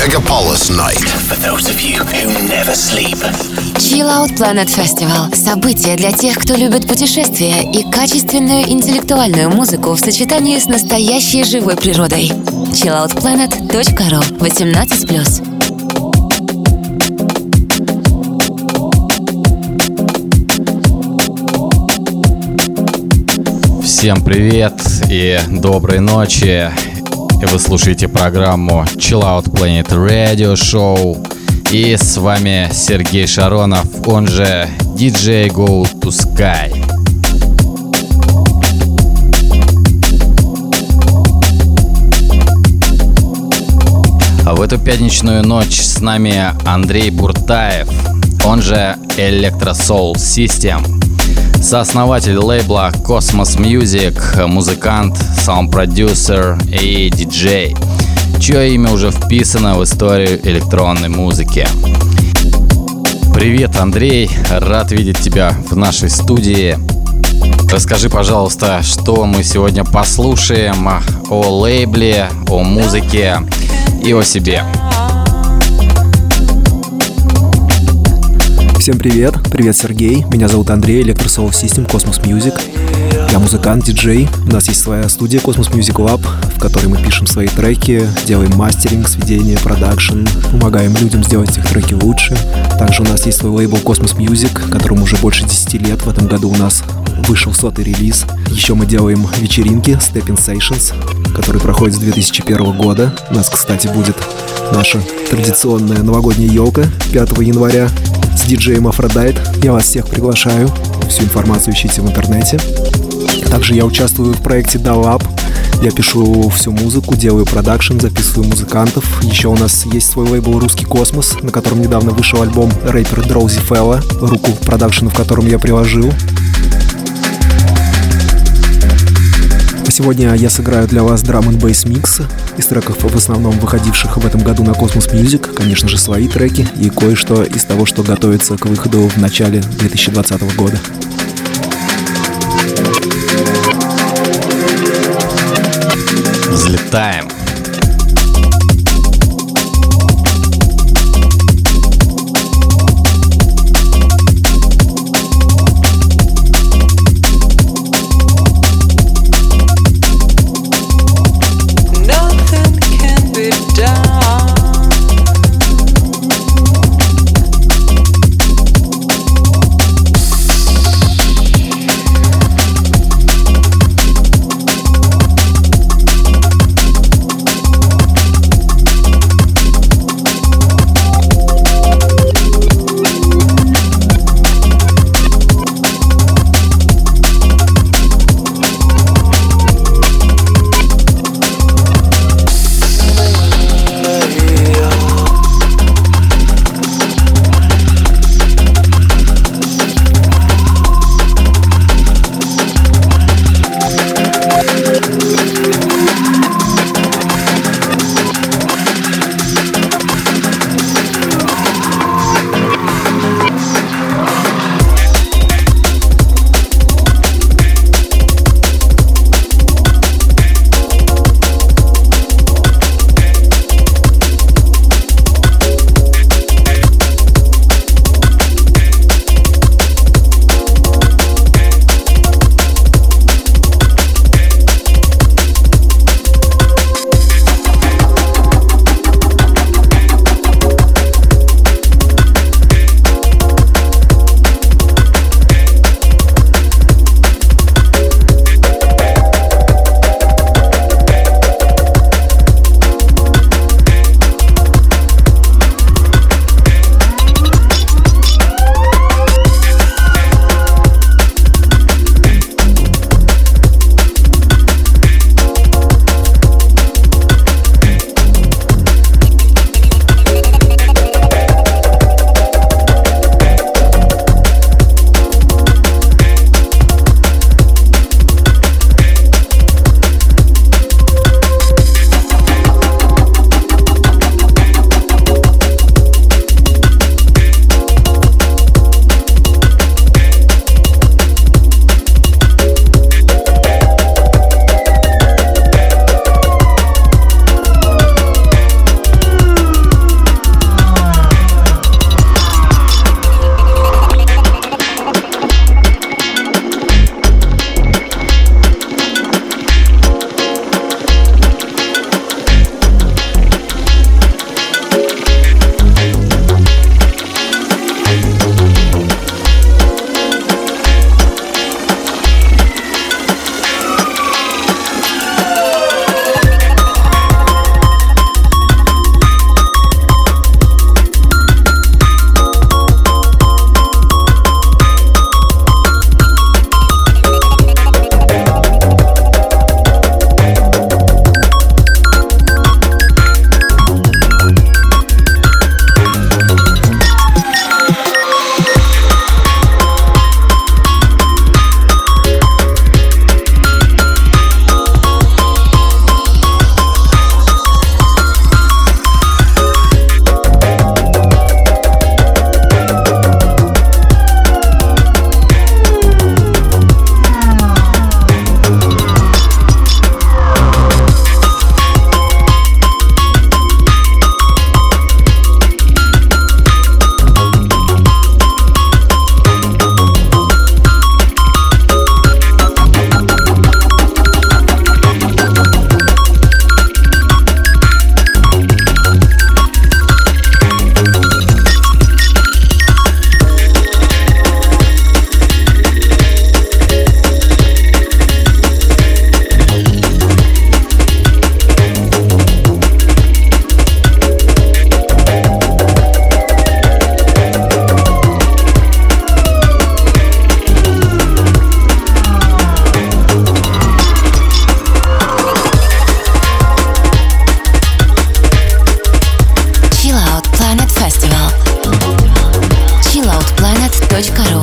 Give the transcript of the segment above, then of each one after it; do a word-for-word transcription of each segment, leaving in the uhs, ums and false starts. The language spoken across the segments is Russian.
Megapolis Night. For those of you who never sleep. Chill Out Planet Festival. Событие для тех, кто любит путешествия и качественную интеллектуальную музыку в сочетании с настоящей живой природой. чилл аут планет точка ру. восемнадцать плюс. Всем привет и доброй ночи. Вы слушаете программу Chill Out Planet Radio Show. И с вами Сергей Шаронов, он же ди джей Go to Sky. А в эту пятничную ночь с нами Андрей Буртаев, он же Electro Soul System, сооснователь лейбла Cosmos Music, музыкант, саунд-продюсер и диджей, чье имя уже вписано в историю электронной музыки. Привет, Андрей, рад видеть тебя в нашей студии. Расскажи, пожалуйста, что мы сегодня послушаем о лейбле, о музыке и о себе. Всем привет, привет, Сергей, меня зовут Андрей, Electro Soul System, Cosmos Music. Я музыкант, диджей, у нас есть своя студия Cosmos Music Lab, в которой мы пишем свои треки, делаем мастеринг, сведение, продакшн, помогаем людям сделать их треки лучше. Также у нас есть свой лейбл Cosmos Music, которому уже больше десяти лет, в этом году у нас вышел сотый релиз. Еще мы делаем вечеринки, Stepping Sessions, которые проходят с две тысячи первого года. У нас, кстати, будет наша традиционная новогодняя елка пятого января с диджеем Афродайт. Я вас всех приглашаю. Всю информацию ищите в интернете. Также я участвую в проекте ди эй эл Lab. Я пишу всю музыку, делаю продакшн, записываю музыкантов. Еще у нас есть свой лейбл «Русский космос», на котором недавно вышел альбом рэпера Drowsy Fella, руку к продакшну в котором я приложил. Сегодня я сыграю для вас драм энд бейс микс из треков, в основном выходивших в этом году на Cosmos Music, конечно же, свои треки и кое-что из того, что готовится к выходу в начале две тысячи двадцатого года. Взлетаем. точка ру.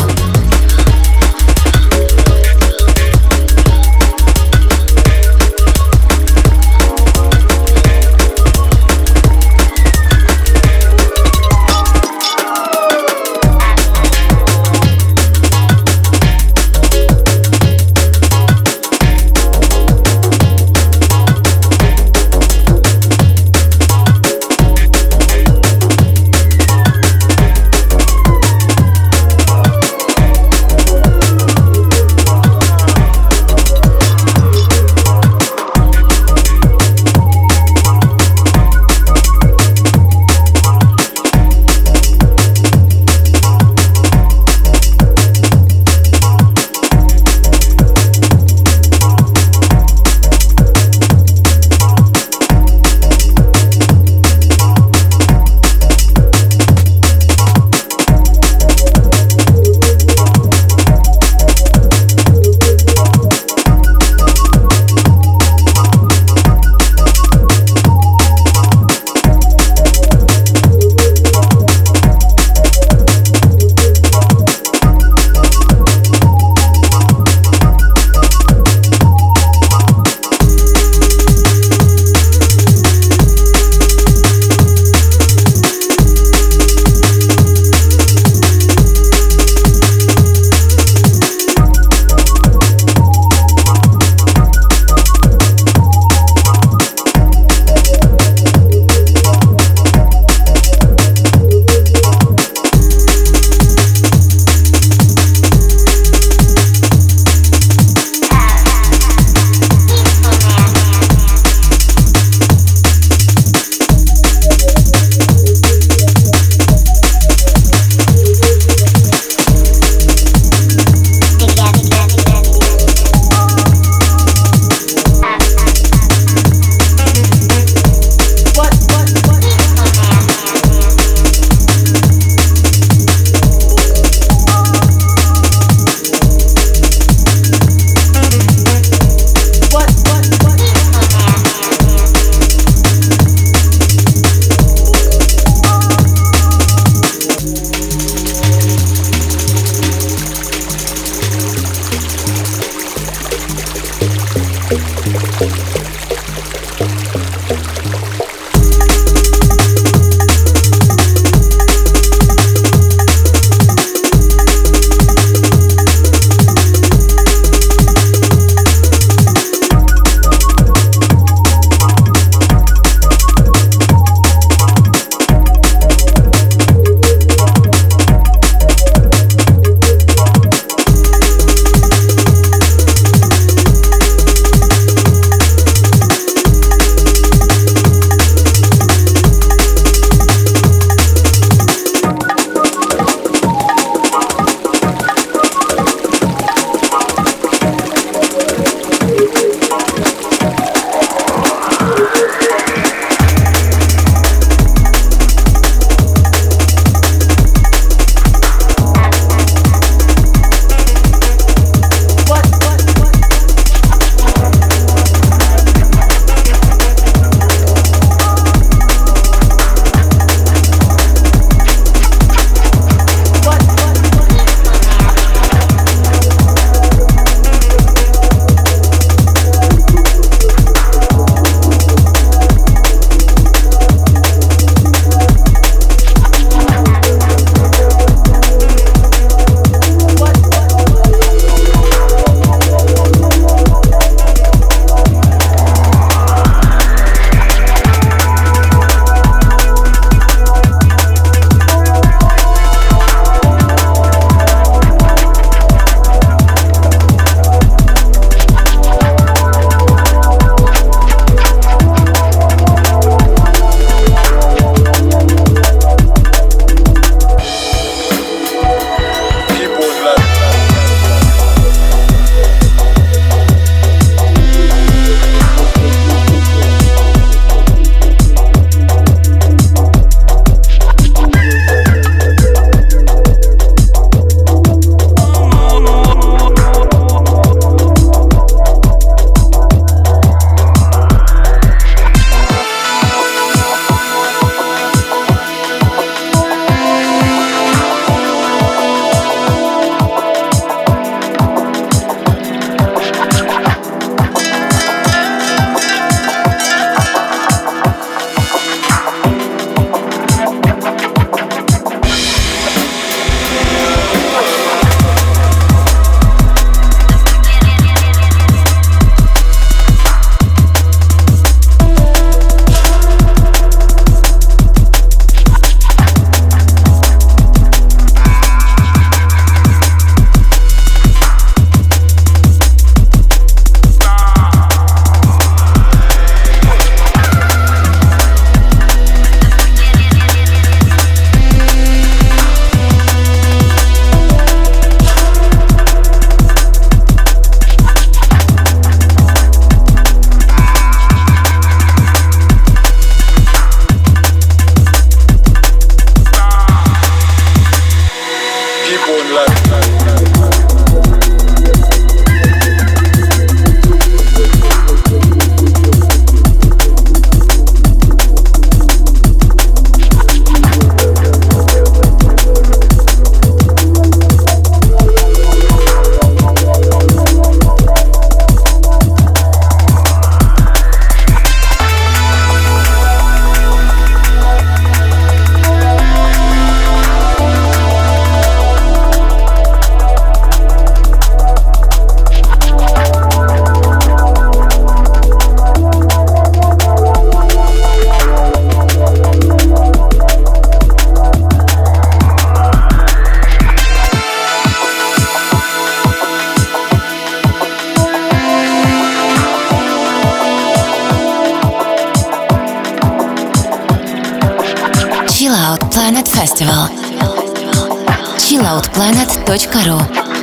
Chill Out Planet Festival. чилл аут планет точка ру.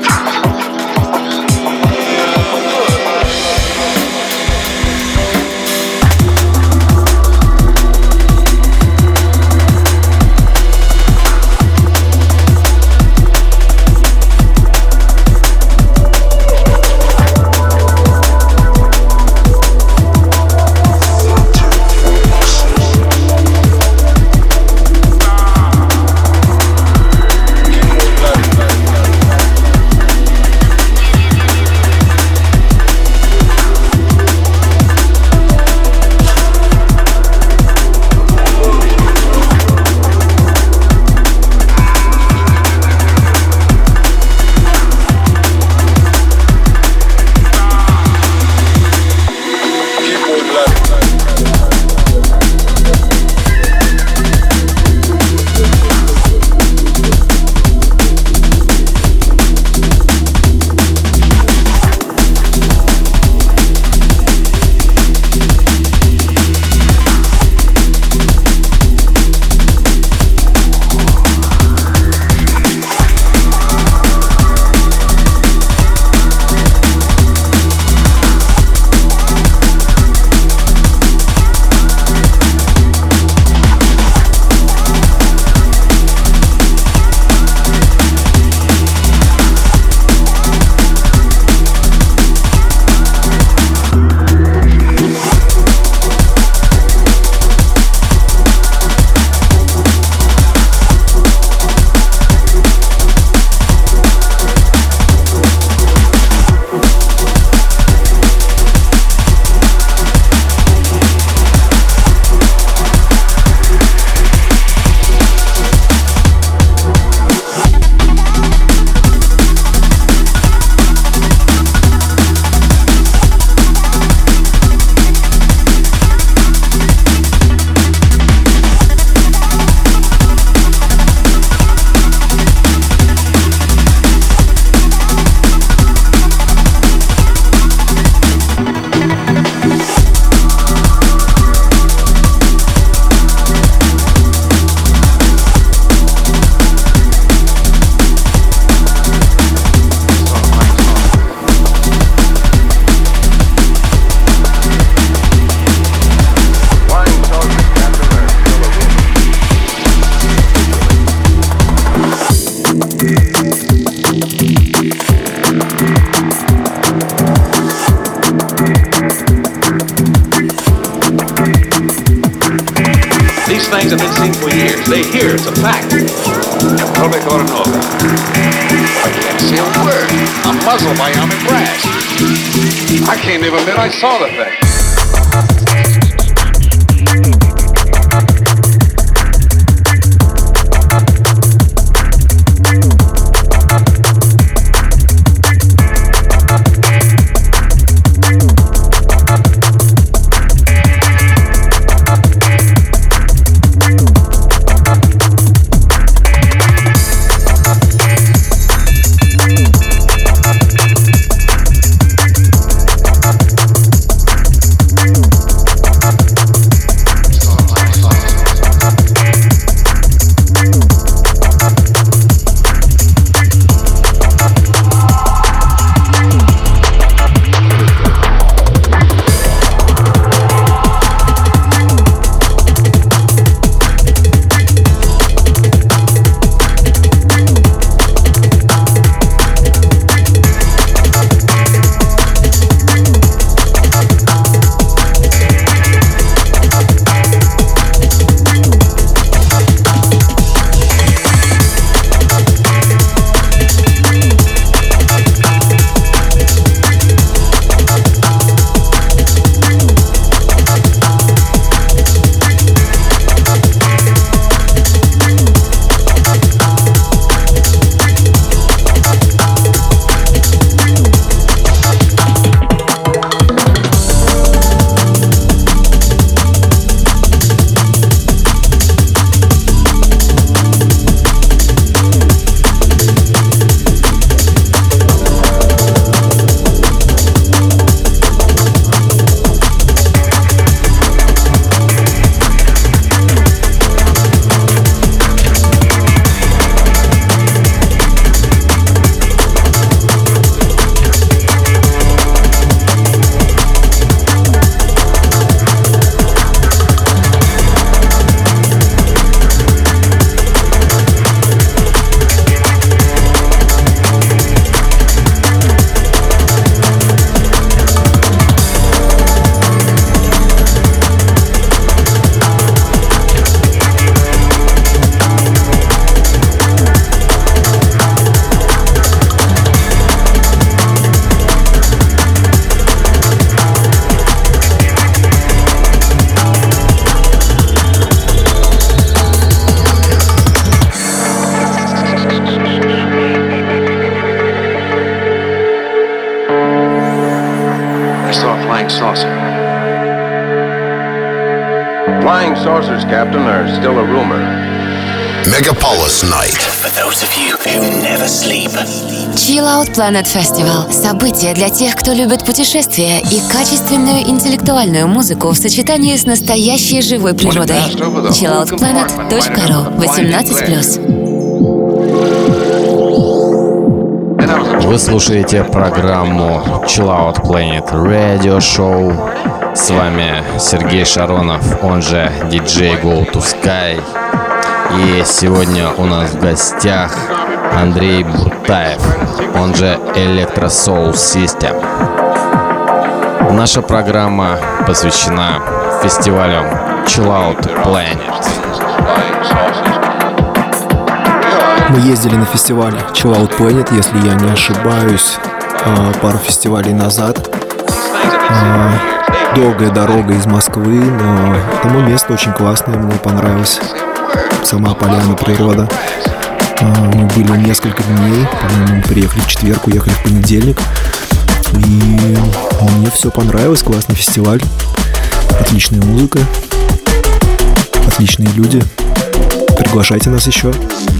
Things have been seen for years. They hear it's a fact. The public ought to know about it. I can't say a word. I'm muzzled by army brass. I can't even admit I saw the thing. saucers, Captain, are still a rumor. Megapolis Night. For those of you who never sleep. Chill Out Planet Festival. Событие для тех, кто любит путешествия и качественную интеллектуальную музыку в сочетании с настоящей живой природой. чилл аут планет точка ру. восемнадцать плюс. Вы слушаете программу Chill Out Planet Radio Show. С вами Сергей Шаронов, он же диджей Go to Sky. И сегодня у нас в гостях Андрей Буртаев, он же Electro Soul System. Наша программа посвящена фестивалю Chill Out Planet. Мы ездили на фестиваль Chill Out Planet, если я не ошибаюсь, пару фестивалей назад. Долгая дорога из Москвы, но само место очень классное, мне понравилось. Сама поляна, природа. Мы были несколько дней, по-моему, приехали в четверг, уехали в понедельник. И мне все понравилось, классный фестиваль. Отличная музыка, отличные люди. Приглашайте нас еще.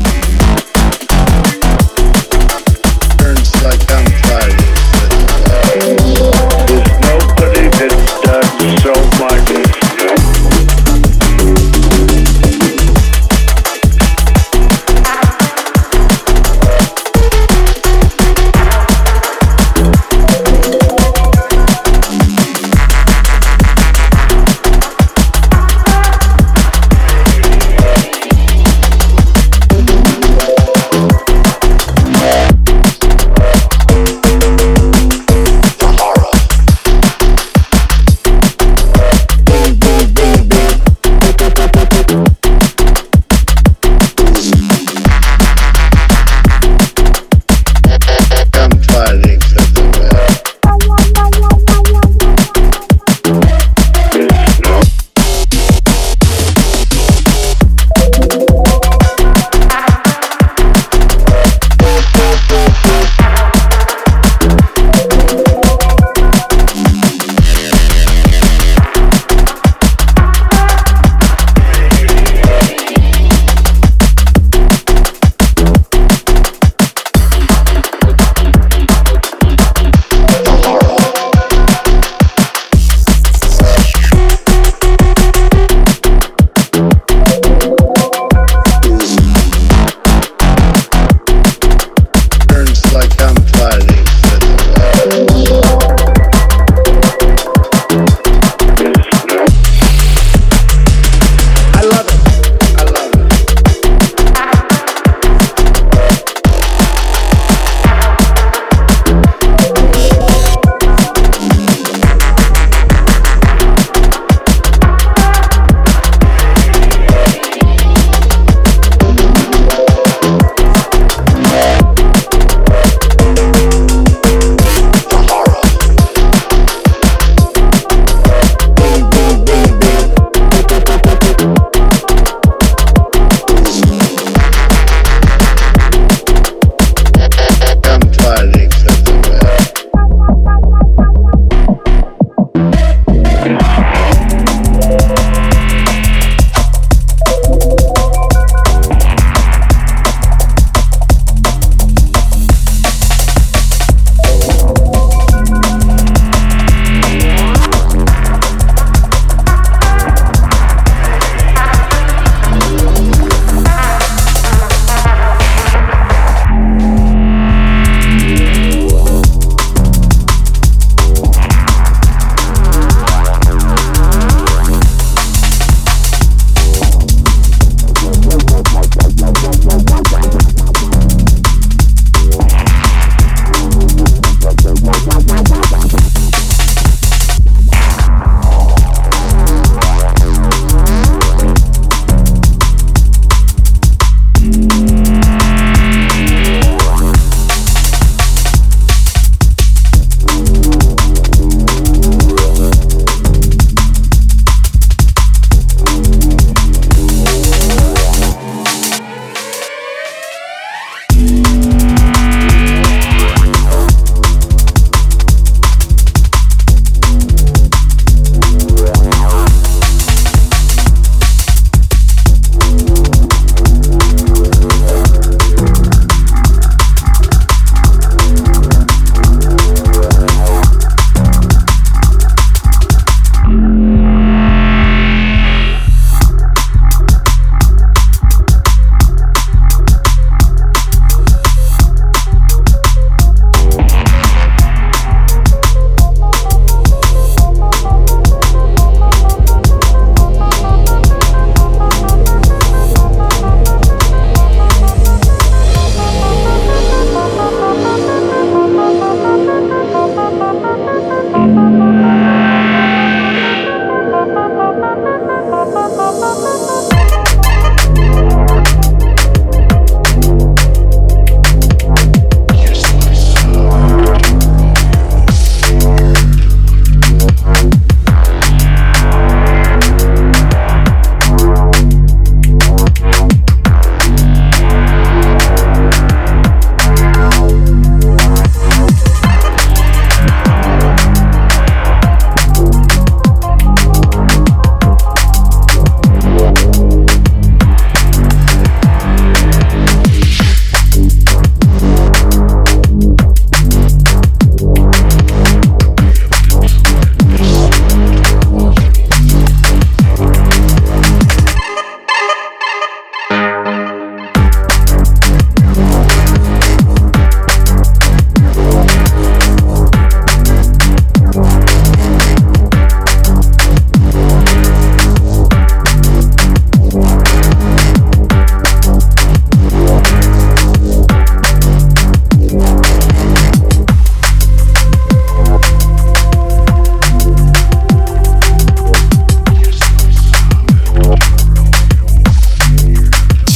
So much.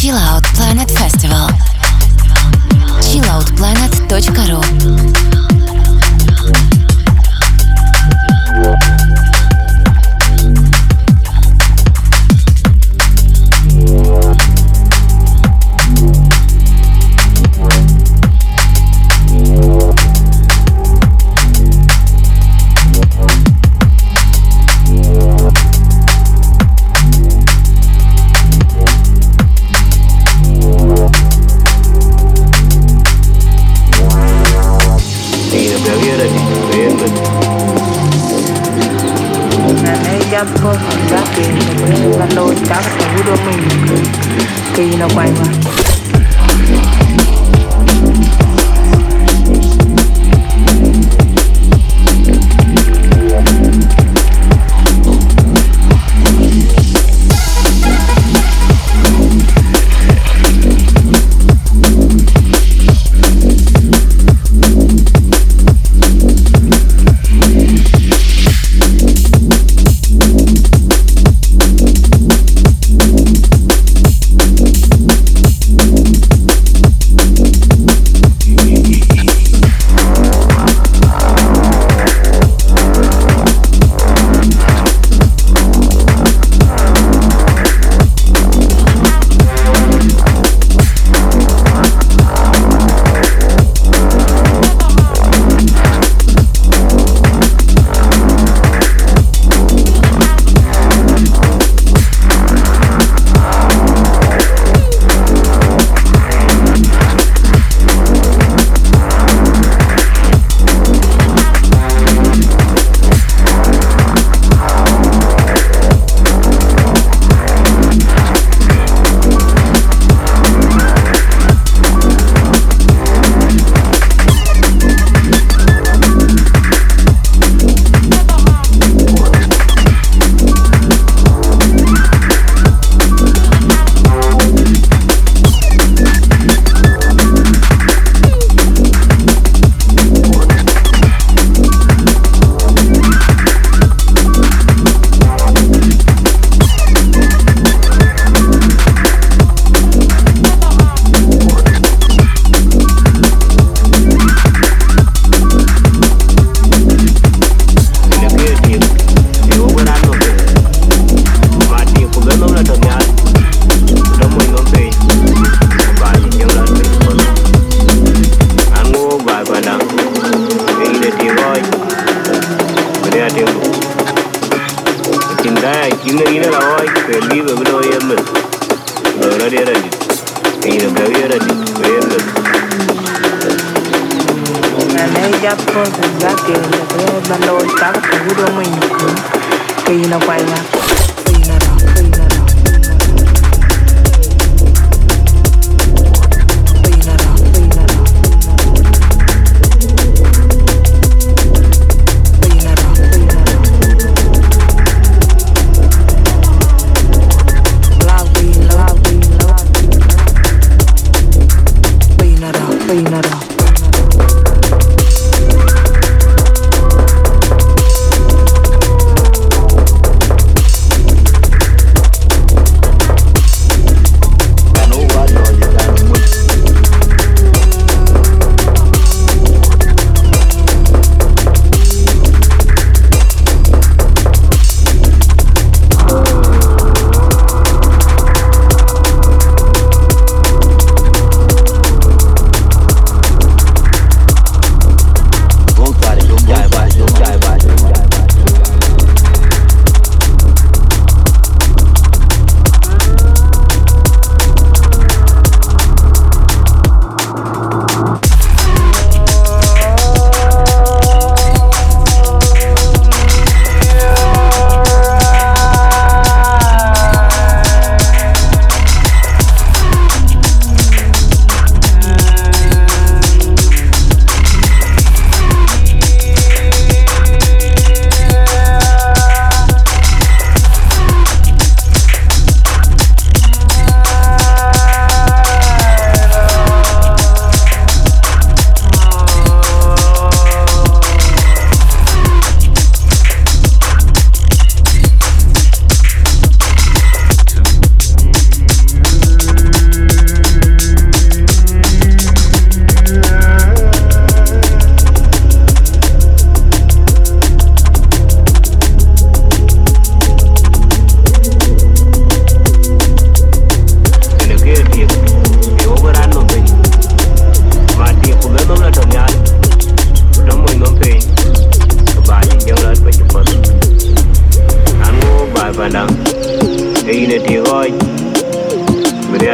Chill Out Planet Festival. чилл аут планет точка ру. Kỳ nó quay mà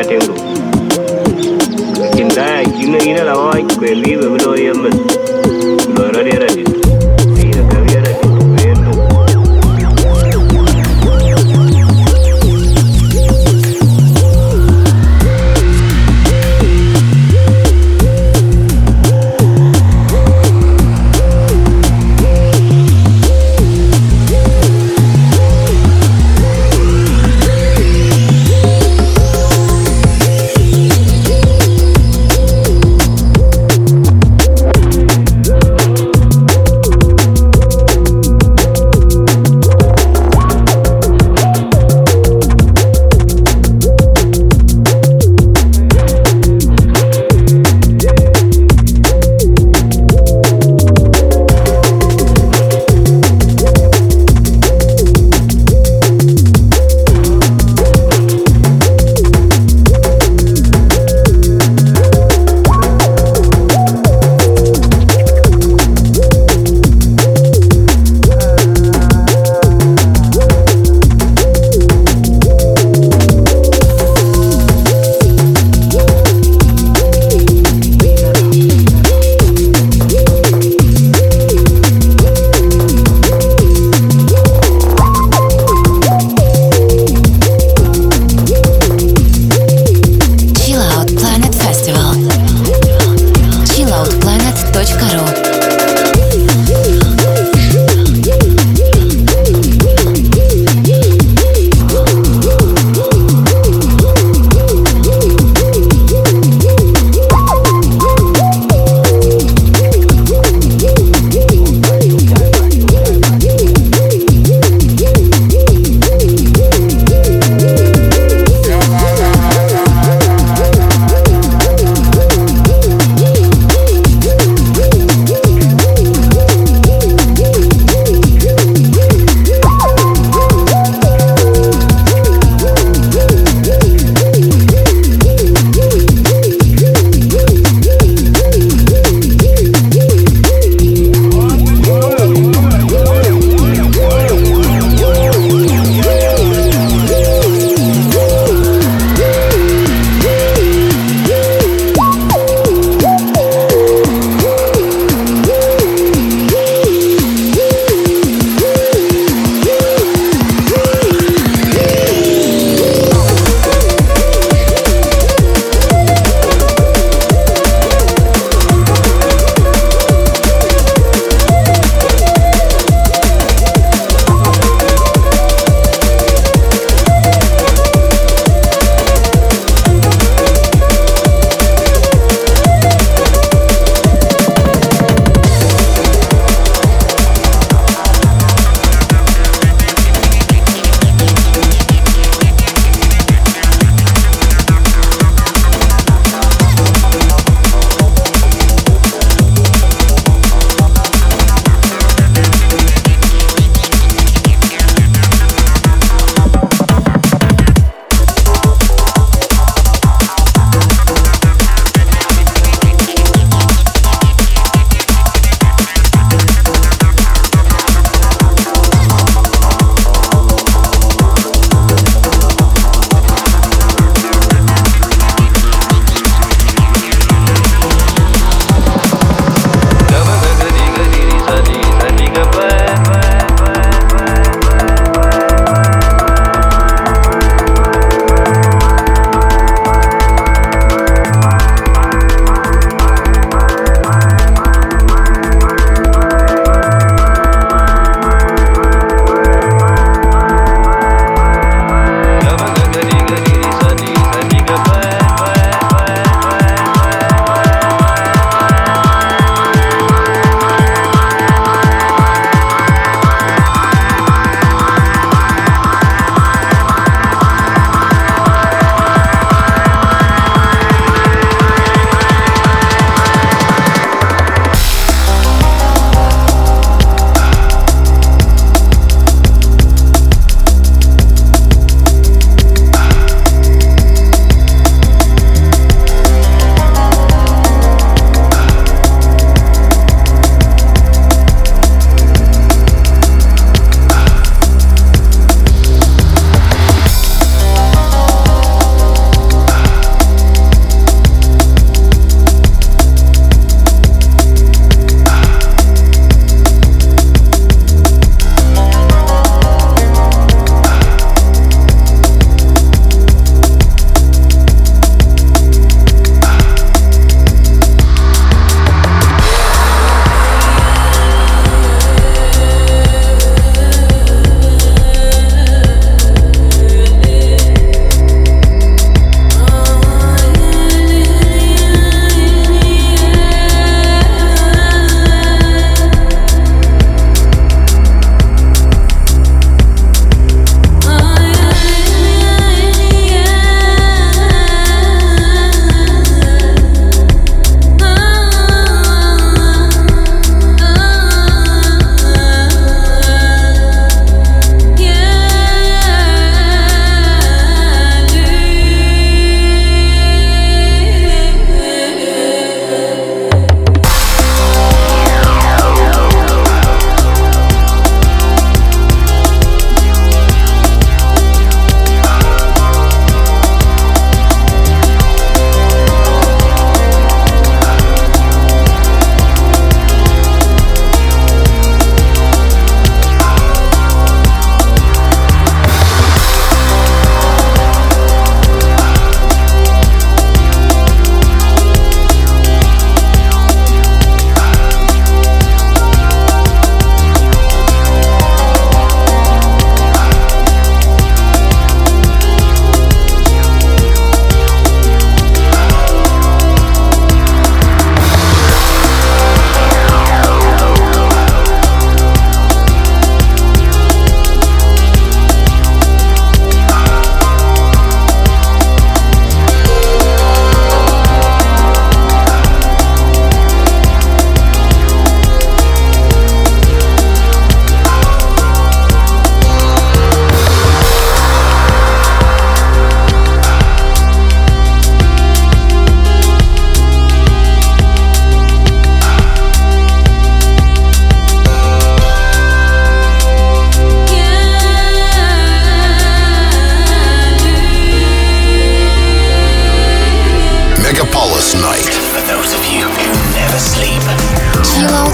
ya tengo. Cinta cina ina la hoy que mi bebé y amas. Lo hará de radio. Y la cabía de tu vendo.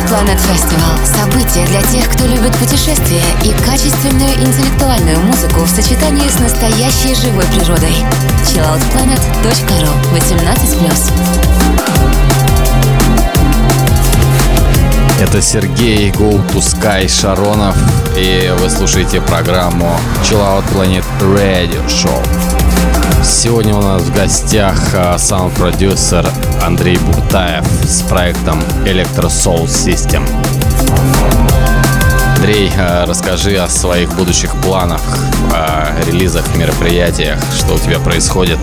Planet Festival – событие для тех, кто любит путешествия и качественную интеллектуальную музыку в сочетании с настоящей живой природой. чилл аут планет точка ру, восемнадцать плюс. Это Сергей Go to Sky Шаронов, и вы слушаете программу Chill Out Planet Radio Show. Сегодня у нас в гостях саунд-продюсер Андрей Буртаев с проектом Electro Soul System. Андрей, расскажи о своих будущих планах, о релизах, мероприятиях, что у тебя происходит.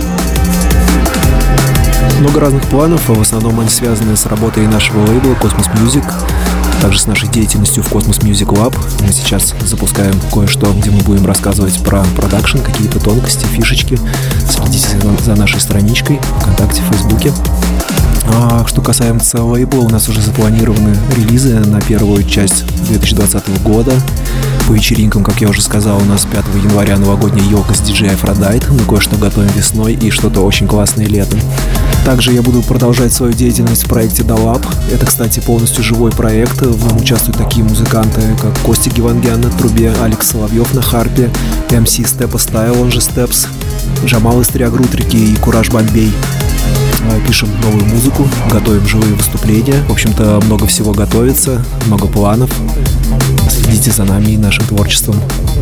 Много разных планов, в основном они связаны с работой нашего лейбла Cosmos Music, также с нашей деятельностью в Cosmos Music Lab. Мы сейчас запускаем кое-что, где мы будем рассказывать про продакшн, какие-то тонкости, фишечки. Следите за нашей страничкой ВКонтакте, в Фейсбуке. А что касается лейбла, у нас уже запланированы релизы на первую часть две тысячи двадцатого года. По вечеринкам, как я уже сказал, у нас пятого января новогодняя елка с диджей Aphrodite. Мы кое-что готовим весной и что-то очень классное летом. Также я буду продолжать свою деятельность в проекте Dalab. Это, кстати, полностью живой проект. В нем участвуют такие музыканты, как Костя Гевангян на трубе, Алекс Соловьев на харпе, эм си Степа Стайл, он же Степс, Джамал из Триагрутрики и Кураж Бомбей. Пишем новую музыку, готовим живые выступления. В общем-то, много всего готовится, много планов. Следите за нами и нашим творчеством.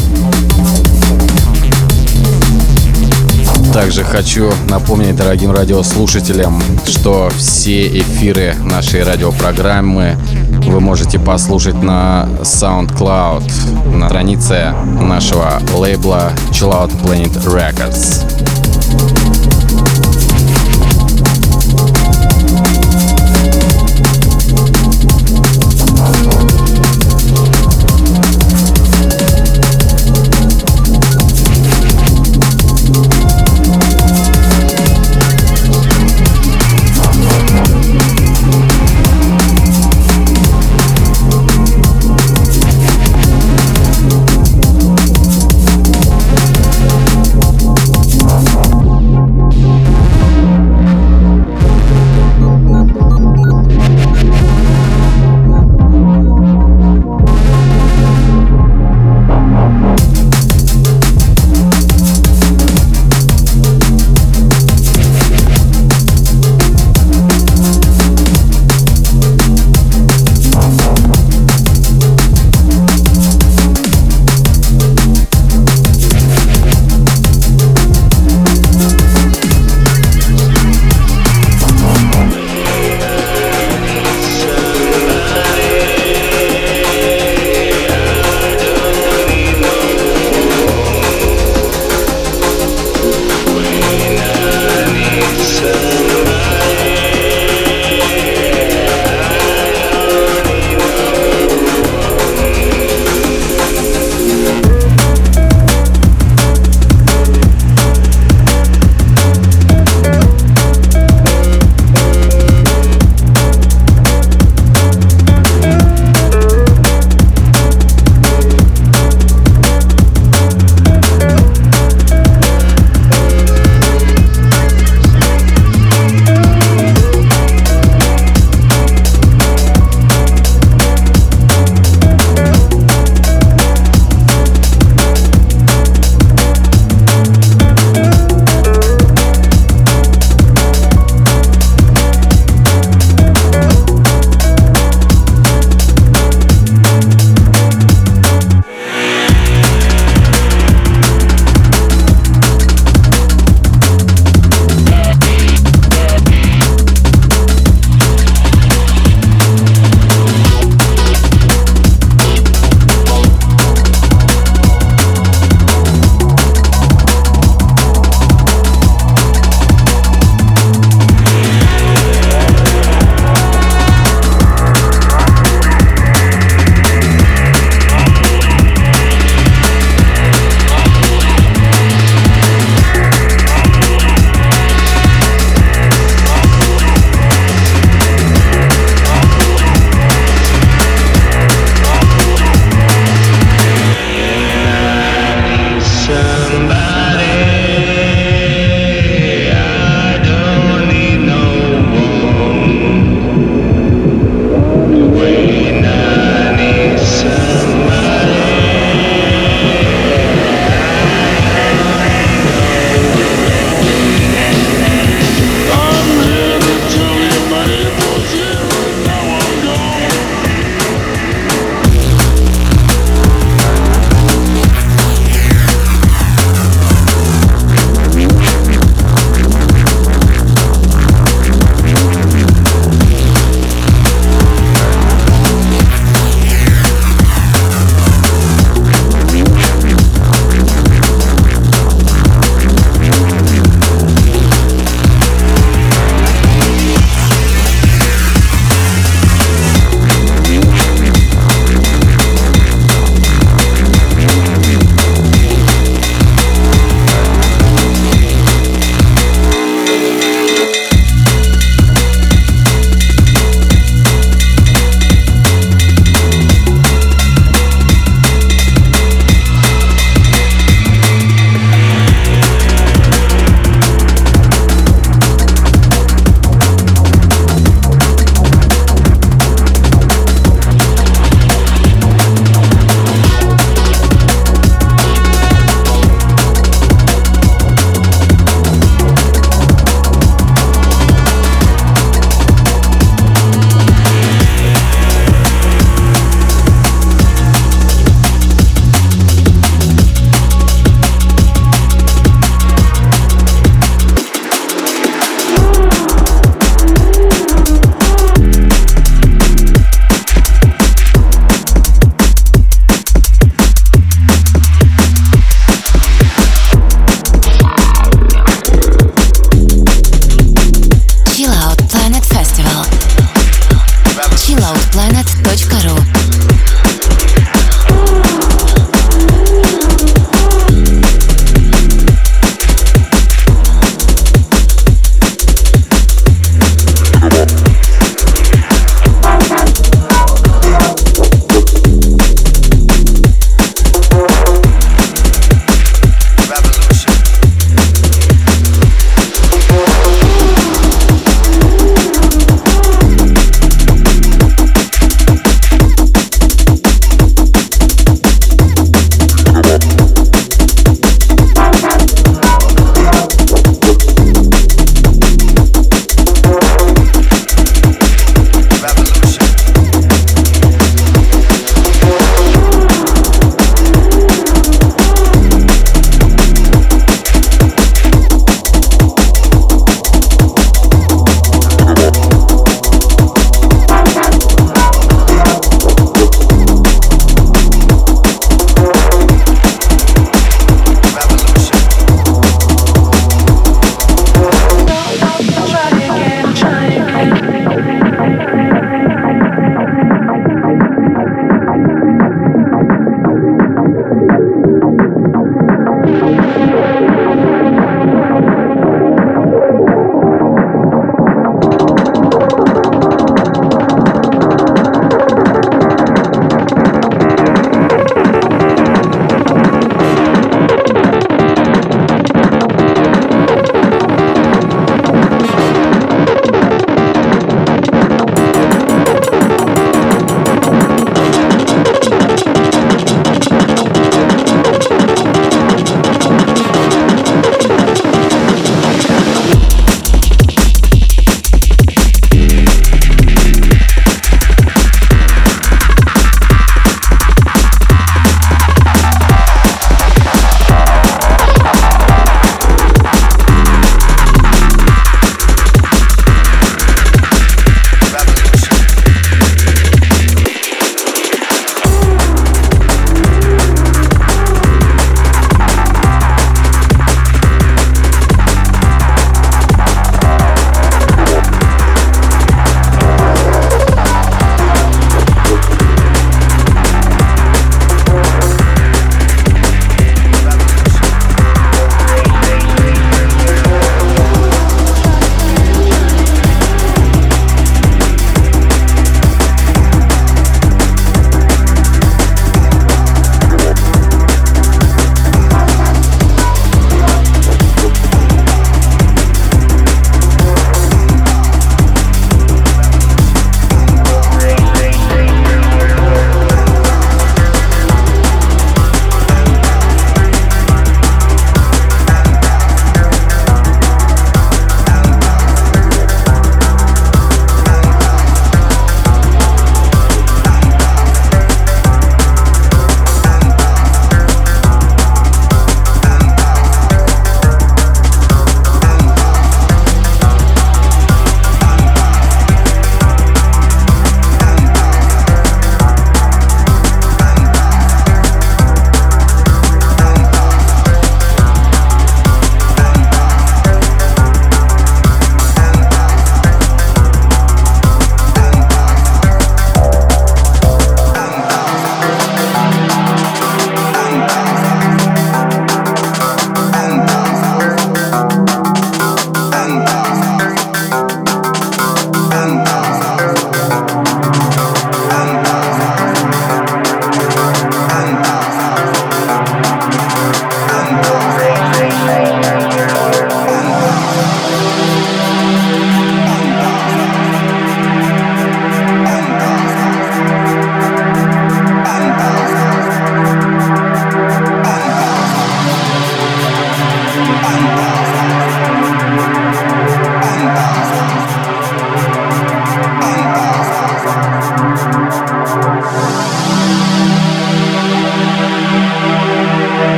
Также хочу напомнить дорогим радиослушателям, что все эфиры нашей радиопрограммы вы можете послушать на SoundCloud, на странице нашего лейбла Chill Out Planet Records. чиллаутпланет точка ру.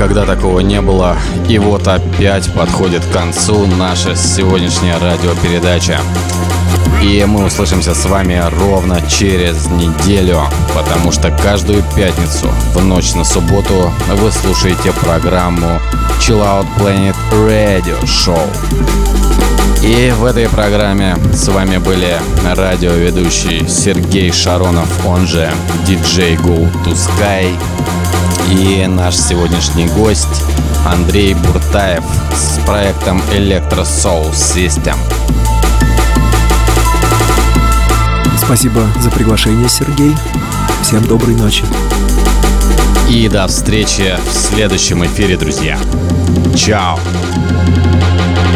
никогда такого не было. И вот опять подходит к концу наша сегодняшняя радиопередача. И мы услышимся с вами ровно через неделю, потому что каждую пятницу в ночь на субботу вы слушаете программу Chill Out Planet Radio Show. И в этой программе с вами были радиоведущий Сергей Шаронов, он же диджей Go to Sky, и наш сегодняшний гость Андрей Буртаев с проектом Electro Soul System. Спасибо за приглашение, Сергей. Всем доброй ночи. И до встречи в следующем эфире, друзья. Чао.